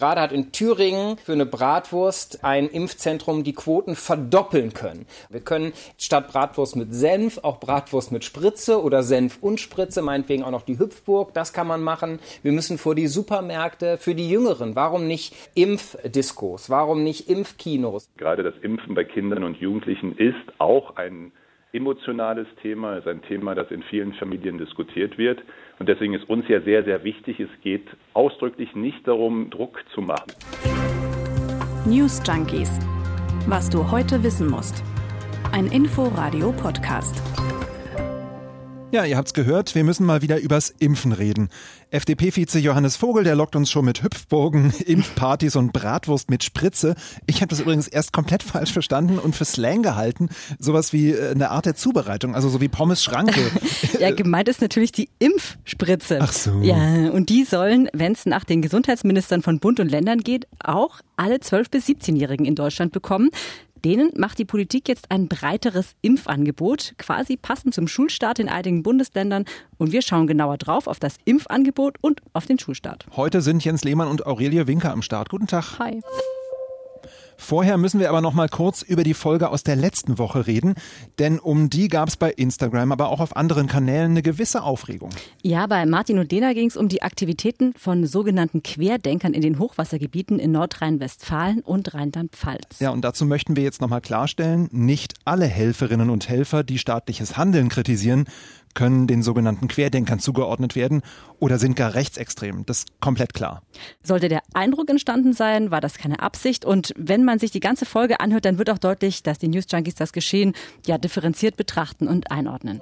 Gerade hat in Thüringen für eine Bratwurst ein Impfzentrum die Quoten verdoppeln können. Wir können statt Bratwurst mit Senf auch Bratwurst mit Spritze oder Senf und Spritze, meinetwegen auch noch die Hüpfburg, das kann man machen. Wir müssen vor die Supermärkte für die Jüngeren. Warum nicht Impfdiskos? Warum nicht Impfkinos? Gerade das Impfen bei Kindern und Jugendlichen ist auch ein emotionales Thema, ist ein Thema, das in vielen Familien diskutiert wird. Und deswegen ist uns ja sehr, sehr wichtig, es geht ausdrücklich nicht darum, Druck zu machen. News Junkies. Was du heute wissen musst. Ein Info-Radio-Podcast. Ja, ihr habt's gehört, wir müssen mal wieder übers Impfen reden. FDP-Vize Johannes Vogel, der lockt uns schon mit Hüpfburgen, Impfpartys und Bratwurst mit Spritze. Ich habe das übrigens erst komplett falsch verstanden und für Slang gehalten. Sowas wie eine Art der Zubereitung, also so wie Pommes Schranke. Ja, gemeint ist natürlich die Impfspritze. Ach so. Ja, und die sollen, wenn es nach den Gesundheitsministern von Bund und Ländern geht, auch alle 12- bis 17-Jährigen in Deutschland bekommen. Denen macht die Politik jetzt ein breiteres Impfangebot, quasi passend zum Schulstart in einigen Bundesländern. Und wir schauen genauer drauf auf das Impfangebot und auf den Schulstart. Heute sind Jens Lehmann und Aurelie Winker am Start. Guten Tag. Hi. Vorher müssen wir aber noch mal kurz über die Folge aus der letzten Woche reden, denn um die gab es bei Instagram, aber auch auf anderen Kanälen eine gewisse Aufregung. Ja, bei Martin und Lena ging es um die Aktivitäten von sogenannten Querdenkern in den Hochwassergebieten in Nordrhein-Westfalen und Rheinland-Pfalz. Ja, und dazu möchten wir jetzt noch mal klarstellen, nicht alle Helferinnen und Helfer, die staatliches Handeln kritisieren, können den sogenannten Querdenkern zugeordnet werden oder sind gar rechtsextrem. Das ist komplett klar. Sollte der Eindruck entstanden sein, war das keine Absicht. Und wenn man sich die ganze Folge anhört, dann wird auch deutlich, dass die News Junkies das Geschehen ja differenziert betrachten und einordnen.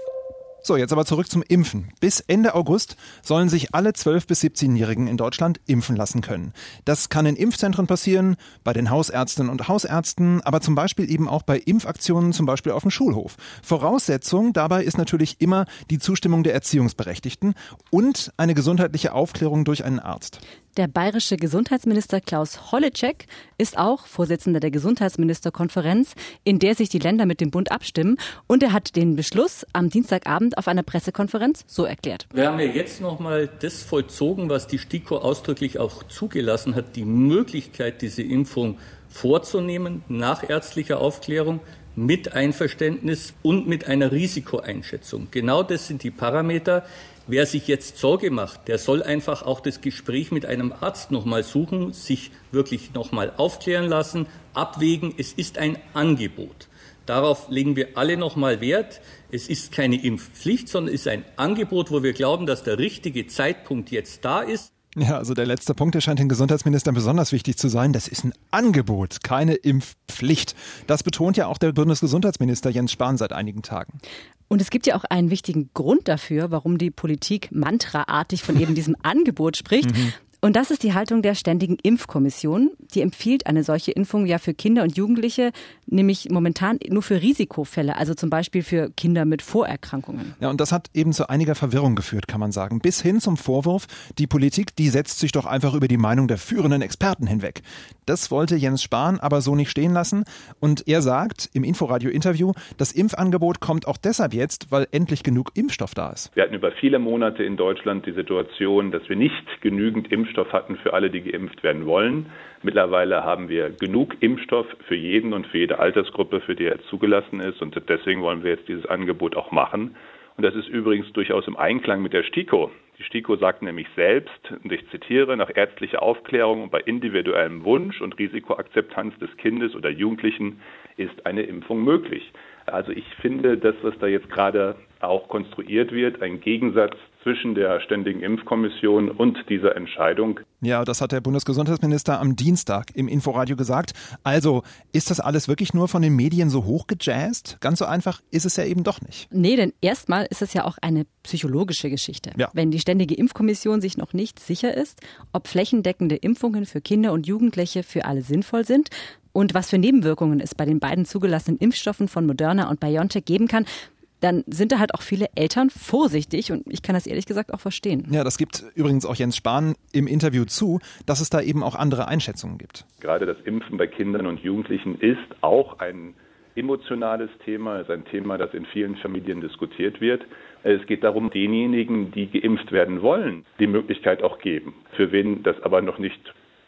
So, jetzt aber zurück zum Impfen. Bis Ende August sollen sich alle 12- bis 17-Jährigen in Deutschland impfen lassen können. Das kann in Impfzentren passieren, bei den Hausärztinnen und Hausärzten, aber zum Beispiel eben auch bei Impfaktionen, zum Beispiel auf dem Schulhof. Voraussetzung dabei ist natürlich immer die Zustimmung der Erziehungsberechtigten und eine gesundheitliche Aufklärung durch einen Arzt. Der bayerische Gesundheitsminister Klaus Holleczek ist auch Vorsitzender der Gesundheitsministerkonferenz, in der sich die Länder mit dem Bund abstimmen. Und er hat den Beschluss am Dienstagabend auf einer Pressekonferenz so erklärt. Wir haben ja jetzt nochmal das vollzogen, was die STIKO ausdrücklich auch zugelassen hat, die Möglichkeit, diese Impfung vorzunehmen, nach ärztlicher Aufklärung, mit Einverständnis und mit einer Risikoeinschätzung. Genau das sind die Parameter. Wer sich jetzt Sorge macht, der soll einfach auch das Gespräch mit einem Arzt nochmal suchen, sich wirklich nochmal aufklären lassen, abwägen. Es ist ein Angebot. Darauf legen wir alle nochmal Wert. Es ist keine Impfpflicht, sondern es ist ein Angebot, wo wir glauben, dass der richtige Zeitpunkt jetzt da ist. Ja, also der letzte Punkt, der scheint den Gesundheitsministern besonders wichtig zu sein. Das ist ein Angebot, keine Impfpflicht. Das betont ja auch der Bundesgesundheitsminister Jens Spahn seit einigen Tagen. Und es gibt ja auch einen wichtigen Grund dafür, warum die Politik mantraartig von eben diesem Angebot spricht. Und das ist die Haltung der Ständigen Impfkommission. Die empfiehlt eine solche Impfung ja für Kinder und Jugendliche, nämlich momentan nur für Risikofälle, also zum Beispiel für Kinder mit Vorerkrankungen. Ja, und das hat eben zu einiger Verwirrung geführt, kann man sagen. Bis hin zum Vorwurf, die Politik, die setzt sich doch einfach über die Meinung der führenden Experten hinweg. Das wollte Jens Spahn aber so nicht stehen lassen. Und er sagt im Inforadio-Interview, das Impfangebot kommt auch deshalb jetzt, weil endlich genug Impfstoff da ist. Wir hatten über viele Monate in Deutschland die Situation, dass wir nicht genügend Impfstoff hatten für alle, die geimpft werden wollen. Mittlerweile haben wir genug Impfstoff für jeden und für jede Altersgruppe, für die er zugelassen ist. Und deswegen wollen wir jetzt dieses Angebot auch machen. Und das ist übrigens durchaus im Einklang mit der STIKO. Die STIKO sagt nämlich selbst, und ich zitiere, nach ärztlicher Aufklärung und bei individuellem Wunsch und Risikoakzeptanz des Kindes oder Jugendlichen ist eine Impfung möglich. Also ich finde, das, was da jetzt gerade auch konstruiert wird, ein Gegensatz zwischen der Ständigen Impfkommission und dieser Entscheidung. Ja, das hat der Bundesgesundheitsminister am Dienstag im Inforadio gesagt. Also, ist das alles wirklich nur von den Medien so hochgejazzt? Ganz so einfach ist es ja eben doch nicht. Nee, denn erstmal ist es ja auch eine psychologische Geschichte. Ja. Wenn die Ständige Impfkommission sich noch nicht sicher ist, ob flächendeckende Impfungen für Kinder und Jugendliche für alle sinnvoll sind und was für Nebenwirkungen es bei den beiden zugelassenen Impfstoffen von Moderna und BioNTech geben kann, dann sind da halt auch viele Eltern vorsichtig und ich kann das ehrlich gesagt auch verstehen. Ja, das gibt übrigens auch Jens Spahn im Interview zu, dass es da eben auch andere Einschätzungen gibt. Gerade das Impfen bei Kindern und Jugendlichen ist auch ein emotionales Thema, ist ein Thema, das in vielen Familien diskutiert wird. Es geht darum, denjenigen, die geimpft werden wollen, die Möglichkeit auch geben. Für wen das aber noch nicht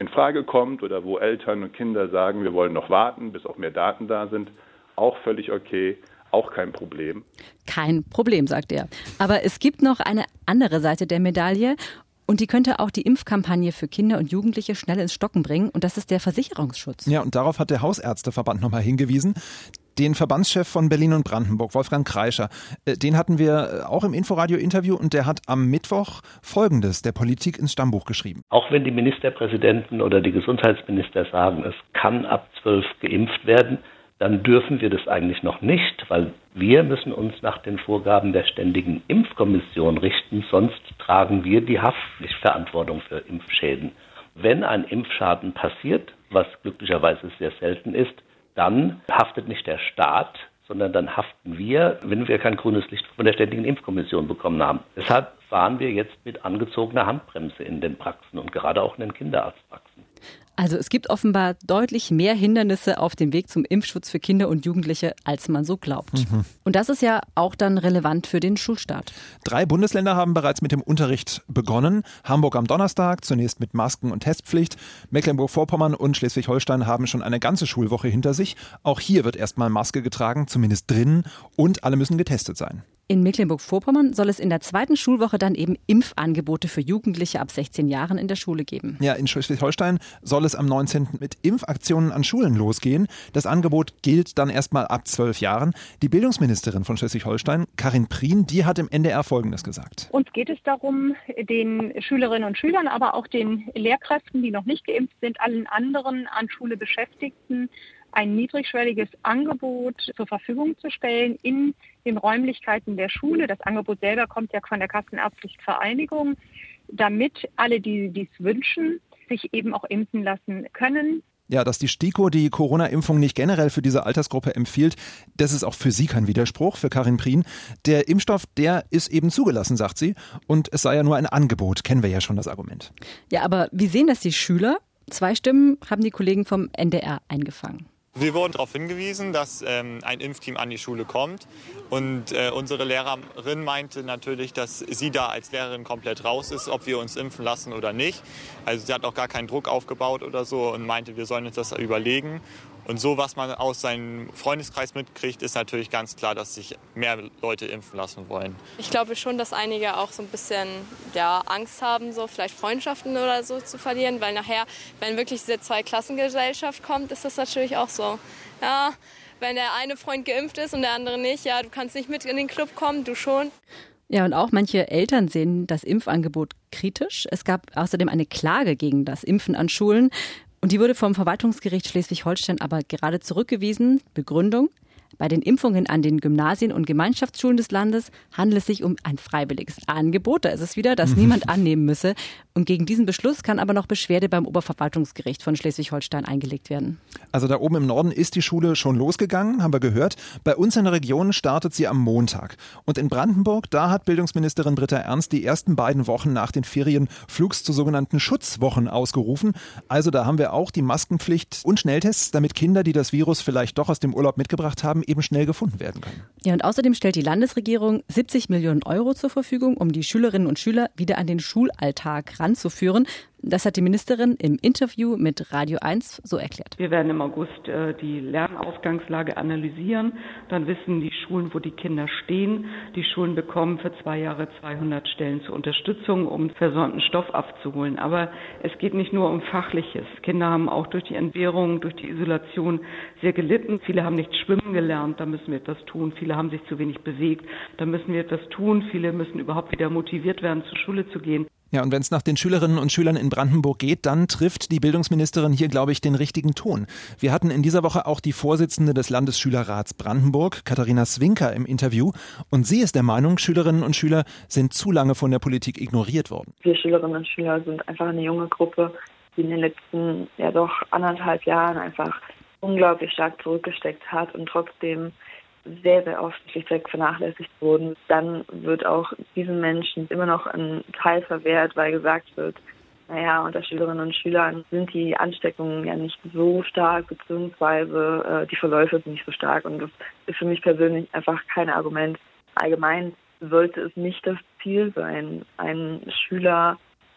in Frage kommt oder wo Eltern und Kinder sagen, wir wollen noch warten, bis auch mehr Daten da sind, auch völlig okay, auch kein Problem. Kein Problem, sagt er. Aber es gibt noch eine andere Seite der Medaille. Und die könnte auch die Impfkampagne für Kinder und Jugendliche schnell ins Stocken bringen. Und das ist der Versicherungsschutz. Ja, und darauf hat der Hausärzteverband nochmal hingewiesen. Den Verbandschef von Berlin und Brandenburg, Wolfgang Kreischer, den hatten wir auch im Inforadio-Interview und der hat am Mittwoch Folgendes der Politik ins Stammbuch geschrieben. Auch wenn die Ministerpräsidenten oder die Gesundheitsminister sagen, es kann ab 12 geimpft werden, dann dürfen wir das eigentlich noch nicht, weil wir müssen uns nach den Vorgaben der Ständigen Impfkommission richten, sonst tragen wir die Haftpflichtverantwortung für Impfschäden. Wenn ein Impfschaden passiert, was glücklicherweise sehr selten ist, dann haftet nicht der Staat, sondern dann haften wir, wenn wir kein grünes Licht von der Ständigen Impfkommission bekommen haben. Deshalb fahren wir jetzt mit angezogener Handbremse in den Praxen und gerade auch in den Kinderarztpraxen. Also es gibt offenbar deutlich mehr Hindernisse auf dem Weg zum Impfschutz für Kinder und Jugendliche, als man so glaubt. Und das ist ja auch dann relevant für den Schulstart. 3 Bundesländer haben bereits mit dem Unterricht begonnen. Hamburg am Donnerstag, zunächst mit Masken- und Testpflicht. Mecklenburg-Vorpommern und Schleswig-Holstein haben schon eine ganze Schulwoche hinter sich. Auch hier wird erstmal Maske getragen, zumindest drinnen. Und alle müssen getestet sein. In Mecklenburg-Vorpommern soll es in der 2. Schulwoche dann eben Impfangebote für Jugendliche ab 16 Jahren in der Schule geben. Ja, in Schleswig-Holstein soll es am 19. mit Impfaktionen an Schulen losgehen. Das Angebot gilt dann erstmal ab 12 Jahren. Die Bildungsministerin von Schleswig-Holstein, Karin Prien, die hat im NDR Folgendes gesagt. Uns geht es darum, den Schülerinnen und Schülern, aber auch den Lehrkräften, die noch nicht geimpft sind, allen anderen an Schule Beschäftigten, ein niedrigschwelliges Angebot zur Verfügung zu stellen in den Räumlichkeiten der Schule. Das Angebot selber kommt ja von der Kassenärztlichen Vereinigung, damit alle, die dies wünschen, sich eben auch impfen lassen können. Ja, dass die STIKO die Corona-Impfung nicht generell für diese Altersgruppe empfiehlt, das ist auch für sie kein Widerspruch, für Karin Prien. Der Impfstoff, der ist eben zugelassen, sagt sie. Und es sei ja nur ein Angebot, kennen wir ja schon das Argument. Ja, aber wie sehen das die Schüler? 2 Stimmen haben die Kollegen vom NDR eingefangen. Wir wurden darauf hingewiesen, dass ein Impfteam an die Schule kommt. Und unsere Lehrerin meinte natürlich, dass sie da als Lehrerin komplett raus ist, ob wir uns impfen lassen oder nicht. Also sie hat auch gar keinen Druck aufgebaut oder so und meinte, wir sollen uns das überlegen. Und so, was man aus seinem Freundeskreis mitkriegt, ist natürlich ganz klar, dass sich mehr Leute impfen lassen wollen. Ich glaube schon, dass einige auch so ein bisschen Angst haben, so vielleicht Freundschaften oder so zu verlieren, weil nachher, wenn wirklich diese Zweiklassengesellschaft kommt, ist das natürlich auch so. Ja, wenn der eine Freund geimpft ist und der andere nicht, ja, du kannst nicht mit in den Club kommen, du schon. Ja, und auch manche Eltern sehen das Impfangebot kritisch. Es gab außerdem eine Klage gegen das Impfen an Schulen. Und die wurde vom Verwaltungsgericht Schleswig-Holstein aber gerade zurückgewiesen. Begründung: Bei den Impfungen an den Gymnasien und Gemeinschaftsschulen des Landes handelt es sich um ein freiwilliges Angebot. Da ist es wieder, das niemand annehmen müsse. Und gegen diesen Beschluss kann aber noch Beschwerde beim Oberverwaltungsgericht von Schleswig-Holstein eingelegt werden. Also da oben im Norden ist die Schule schon losgegangen, haben wir gehört. Bei uns in der Region startet sie am Montag. Und in Brandenburg, da hat Bildungsministerin Britta Ernst die ersten beiden Wochen nach den Ferien flugs zu sogenannten Schutzwochen ausgerufen. Also da haben wir auch die Maskenpflicht und Schnelltests, damit Kinder, die das Virus vielleicht doch aus dem Urlaub mitgebracht haben, eben schnell gefunden werden können. Ja, und außerdem stellt die Landesregierung 70 Millionen Euro zur Verfügung, um die Schülerinnen und Schüler wieder an den Schulalltag ranzuführen. Das hat die Ministerin im Interview mit Radio 1 so erklärt. Wir werden im August die Lernausgangslage analysieren. Dann wissen die Schulen, wo die Kinder stehen. Die Schulen bekommen für 2 Jahre 200 Stellen zur Unterstützung, um versäumten Stoff abzuholen. Aber es geht nicht nur um Fachliches. Kinder haben auch durch die Entbehrung, durch die Isolation sehr gelitten. Viele haben nicht schwimmen gelernt, da müssen wir etwas tun. Viele haben sich zu wenig bewegt, da müssen wir etwas tun. Viele müssen überhaupt wieder motiviert werden, zur Schule zu gehen. Ja, und wenn es nach den Schülerinnen und Schülern in Brandenburg geht, dann trifft die Bildungsministerin hier, glaube ich, den richtigen Ton. Wir hatten in dieser Woche auch die Vorsitzende des Landesschülerrats Brandenburg, Katharina Swinker, im Interview. Und sie ist der Meinung, Schülerinnen und Schüler sind zu lange von der Politik ignoriert worden. Wir Schülerinnen und Schüler sind einfach eine junge Gruppe, die in den letzten, doch 1,5 Jahren einfach unglaublich stark zurückgesteckt hat und trotzdem sehr, sehr oft schlichtweg vernachlässigt wurden. Dann wird auch diesen Menschen immer noch ein Teil verwehrt, weil gesagt wird, unter Schülerinnen und Schülern sind die Ansteckungen ja nicht so stark, beziehungsweise die Verläufe sind nicht so stark. Und das ist für mich persönlich einfach kein Argument. Allgemein sollte es nicht das Ziel sein, einen Schüler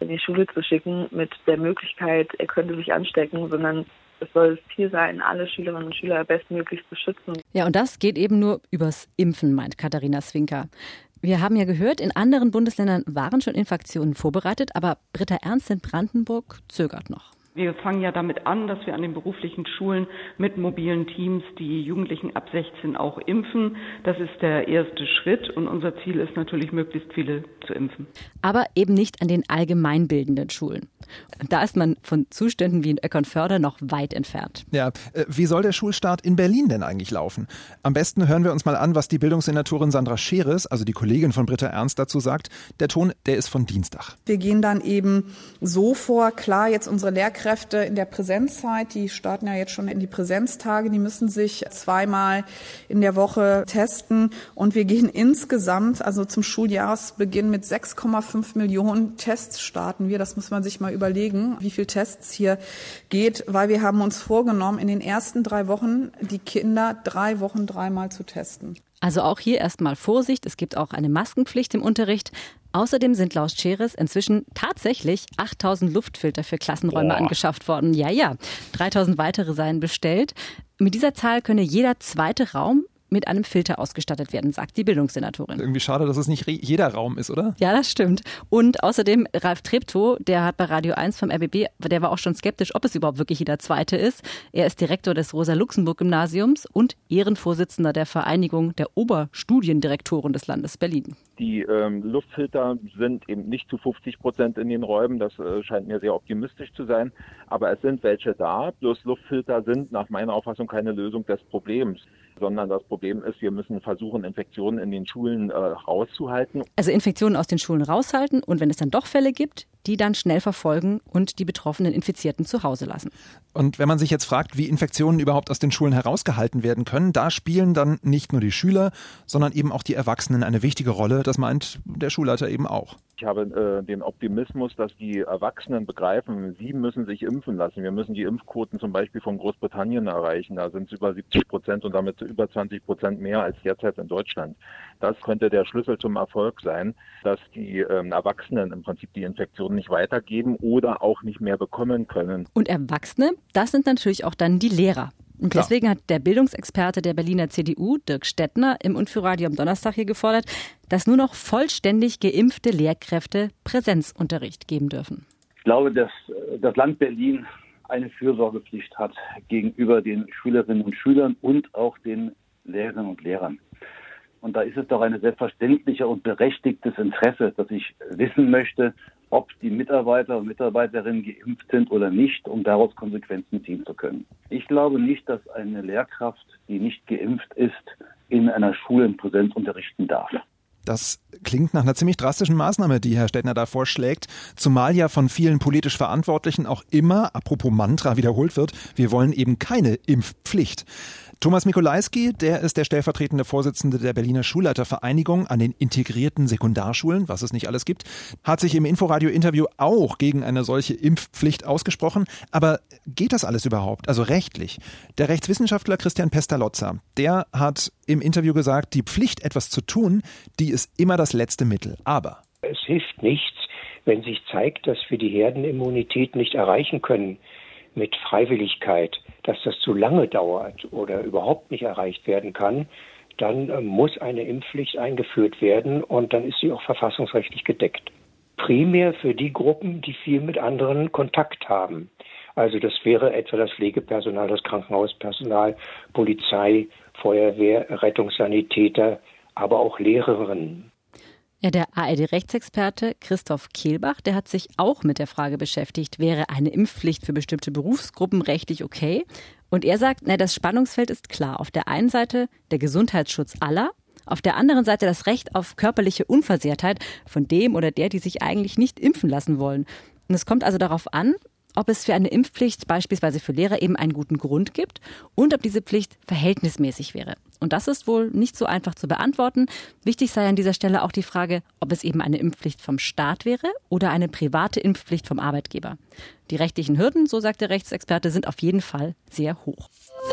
in die Schule zu schicken mit der Möglichkeit, er könnte sich anstecken, sondern es soll das Ziel sein, alle Schülerinnen und Schüler bestmöglich zu schützen. Ja, und das geht eben nur übers Impfen, meint Katharina Swinker. Wir haben ja gehört, in anderen Bundesländern waren schon Impfaktionen vorbereitet, aber Britta Ernst in Brandenburg zögert noch. Wir fangen ja damit an, dass wir an den beruflichen Schulen mit mobilen Teams die Jugendlichen ab 16 auch impfen. Das ist der erste Schritt und unser Ziel ist natürlich, möglichst viele zu impfen. Aber eben nicht an den allgemeinbildenden Schulen. Da ist man von Zuständen wie in Eckernförde noch weit entfernt. Ja, wie soll der Schulstart in Berlin denn eigentlich laufen? Am besten hören wir uns mal an, was die Bildungssenatorin Sandra Scheres, also die Kollegin von Britta Ernst, dazu sagt. Der Ton, der ist von Dienstag. Wir gehen dann eben so vor, klar, jetzt unsere Lehrkräfte in der Präsenzzeit, die starten ja jetzt schon in die Präsenztage, die müssen sich 2-mal in der Woche testen und wir gehen insgesamt, also zum Schuljahresbeginn mit 6,5 Millionen Tests starten wir. Das muss man sich mal überlegen, wie viel Tests hier geht, weil wir haben uns vorgenommen, in den ersten 3 Wochen die Kinder 3 Wochen 3-mal zu testen. Also auch hier erstmal Vorsicht, es gibt auch eine Maskenpflicht im Unterricht. Außerdem sind laut Scheres inzwischen tatsächlich 8.000 Luftfilter für Klassenräume angeschafft worden. Ja, 3.000 weitere seien bestellt. Mit dieser Zahl könne jeder zweite Raum mit einem Filter ausgestattet werden, sagt die Bildungssenatorin. Irgendwie schade, dass es nicht jeder Raum ist, oder? Ja, das stimmt. Und außerdem Ralf Treptow, der hat bei Radio 1 vom RBB, der war auch schon skeptisch, ob es überhaupt wirklich jeder Zweite ist. Er ist Direktor des Rosa-Luxemburg-Gymnasiums und Ehrenvorsitzender der Vereinigung der Oberstudiendirektoren des Landes Berlin. Die Luftfilter sind eben nicht zu 50% in den Räumen, das scheint mir sehr optimistisch zu sein, aber es sind welche da, bloß Luftfilter sind nach meiner Auffassung keine Lösung des Problems, sondern das Problem ist, wir müssen versuchen, Infektionen in den Schulen rauszuhalten. Also Infektionen aus den Schulen raushalten und wenn es dann doch Fälle gibt, die dann schnell verfolgen und die betroffenen Infizierten zu Hause lassen. Und wenn man sich jetzt fragt, wie Infektionen überhaupt aus den Schulen herausgehalten werden können, da spielen dann nicht nur die Schüler, sondern eben auch die Erwachsenen eine wichtige Rolle. Das meint der Schulleiter eben auch. Ich habe den Optimismus, dass die Erwachsenen begreifen, sie müssen sich impfen lassen. Wir müssen die Impfquoten zum Beispiel von Großbritannien erreichen. Da sind es über 70% und damit über 20% mehr als derzeit in Deutschland. Das könnte der Schlüssel zum Erfolg sein, dass die Erwachsenen im Prinzip die Infektionen nicht weitergeben oder auch nicht mehr bekommen können. Und Erwachsene, das sind natürlich auch dann die Lehrer. Und deswegen hat der Bildungsexperte der Berliner CDU, Dirk Stettner, im Info-Radio am Donnerstag hier gefordert, dass nur noch vollständig geimpfte Lehrkräfte Präsenzunterricht geben dürfen. Ich glaube, dass das Land Berlin eine Fürsorgepflicht hat gegenüber den Schülerinnen und Schülern und auch den Lehrerinnen und Lehrern. Und da ist es doch ein selbstverständlicher und berechtigtes Interesse, dass ich wissen möchte, ob die Mitarbeiter und Mitarbeiterinnen geimpft sind oder nicht, um daraus Konsequenzen ziehen zu können. Ich glaube nicht, dass eine Lehrkraft, die nicht geimpft ist, in einer Schule in Präsenz unterrichten darf. Das klingt nach einer ziemlich drastischen Maßnahme, die Herr Stettner da vorschlägt, zumal ja von vielen politisch Verantwortlichen auch immer, apropos Mantra, wiederholt wird, wir wollen eben keine Impfpflicht. Thomas Mikolajski, der ist der stellvertretende Vorsitzende der Berliner Schulleitervereinigung an den integrierten Sekundarschulen, was es nicht alles gibt, hat sich im Inforadio-Interview auch gegen eine solche Impfpflicht ausgesprochen. Aber geht das alles überhaupt, also rechtlich? Der Rechtswissenschaftler Christian Pestalozza, der hat im Interview gesagt, die Pflicht, etwas zu tun, die ist immer das letzte Mittel. Aber es hilft nichts, wenn sich zeigt, dass wir die Herdenimmunität nicht erreichen können mit Freiwilligkeit, dass das zu lange dauert oder überhaupt nicht erreicht werden kann, dann muss eine Impfpflicht eingeführt werden und dann ist sie auch verfassungsrechtlich gedeckt. Primär für die Gruppen, die viel mit anderen Kontakt haben. Also das wäre etwa das Pflegepersonal, das Krankenhauspersonal, Polizei, Feuerwehr, Rettungssanitäter, aber auch Lehrerinnen. Ja, der ARD-Rechtsexperte Christoph Kehlbach, der hat sich auch mit der Frage beschäftigt, wäre eine Impfpflicht für bestimmte Berufsgruppen rechtlich okay? Und er sagt, das Spannungsfeld ist klar. Auf der einen Seite der Gesundheitsschutz aller, auf der anderen Seite das Recht auf körperliche Unversehrtheit von dem oder der, die sich eigentlich nicht impfen lassen wollen. Und es kommt also darauf an, ob es für eine Impfpflicht beispielsweise für Lehrer eben einen guten Grund gibt und ob diese Pflicht verhältnismäßig wäre. Und das ist wohl nicht so einfach zu beantworten. Wichtig sei an dieser Stelle auch die Frage, ob es eben eine Impfpflicht vom Staat wäre oder eine private Impfpflicht vom Arbeitgeber. Die rechtlichen Hürden, so sagt der Rechtsexperte, sind auf jeden Fall sehr hoch.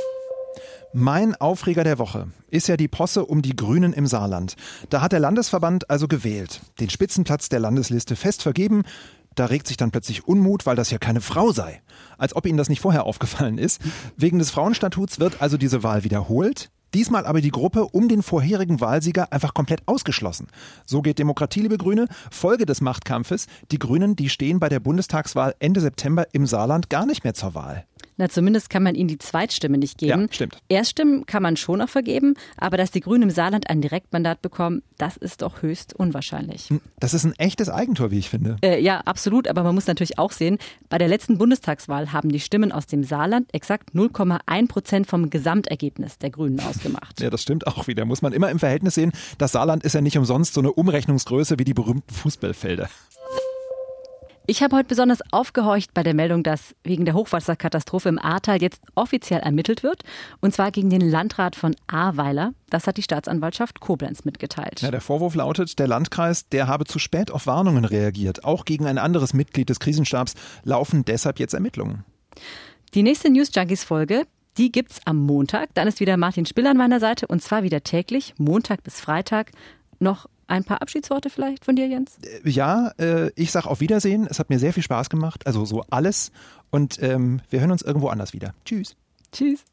Mein Aufreger der Woche ist ja die Posse um die Grünen im Saarland. Da hat der Landesverband also gewählt, den Spitzenplatz der Landesliste fest vergeben. Da regt sich dann plötzlich Unmut, weil das ja keine Frau sei. Als ob ihnen das nicht vorher aufgefallen ist. Wegen des Frauenstatuts wird also diese Wahl wiederholt. Diesmal aber die Gruppe um den vorherigen Wahlsieger einfach komplett ausgeschlossen. So geht Demokratie, liebe Grüne. Folge des Machtkampfes. Die Grünen, die stehen bei der Bundestagswahl Ende September im Saarland gar nicht mehr zur Wahl. Na, zumindest kann man ihnen die Zweitstimme nicht geben. Ja, stimmt. Erststimmen kann man schon noch vergeben, aber dass die Grünen im Saarland ein Direktmandat bekommen, das ist doch höchst unwahrscheinlich. Das ist ein echtes Eigentor, wie ich finde. Ja, absolut, aber man muss natürlich auch sehen, bei der letzten Bundestagswahl haben die Stimmen aus dem Saarland exakt 0,1% vom Gesamtergebnis der Grünen ausgemacht. Ja, das stimmt auch wieder. Muss man immer im Verhältnis sehen. Das Saarland ist ja nicht umsonst so eine Umrechnungsgröße wie die berühmten Fußballfelder. Ich habe heute besonders aufgehorcht bei der Meldung, dass wegen der Hochwasserkatastrophe im Ahrtal jetzt offiziell ermittelt wird. Und zwar gegen den Landrat von Ahrweiler. Das hat die Staatsanwaltschaft Koblenz mitgeteilt. Ja, der Vorwurf lautet, der Landkreis, der habe zu spät auf Warnungen reagiert. Auch gegen ein anderes Mitglied des Krisenstabs laufen deshalb jetzt Ermittlungen. Die nächste News Junkies Folge, die gibt's am Montag. Dann ist wieder Martin Spill an meiner Seite und zwar wieder täglich, Montag bis Freitag. Noch ein paar Abschiedsworte vielleicht von dir, Jens? Ja, ich sag auf Wiedersehen. Es hat mir sehr viel Spaß gemacht. Also so alles. Und wir hören uns irgendwo anders wieder. Tschüss. Tschüss.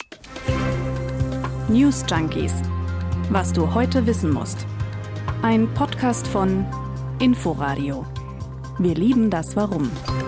News Junkies. Was du heute wissen musst. Ein Podcast von Inforadio. Wir lieben das Warum.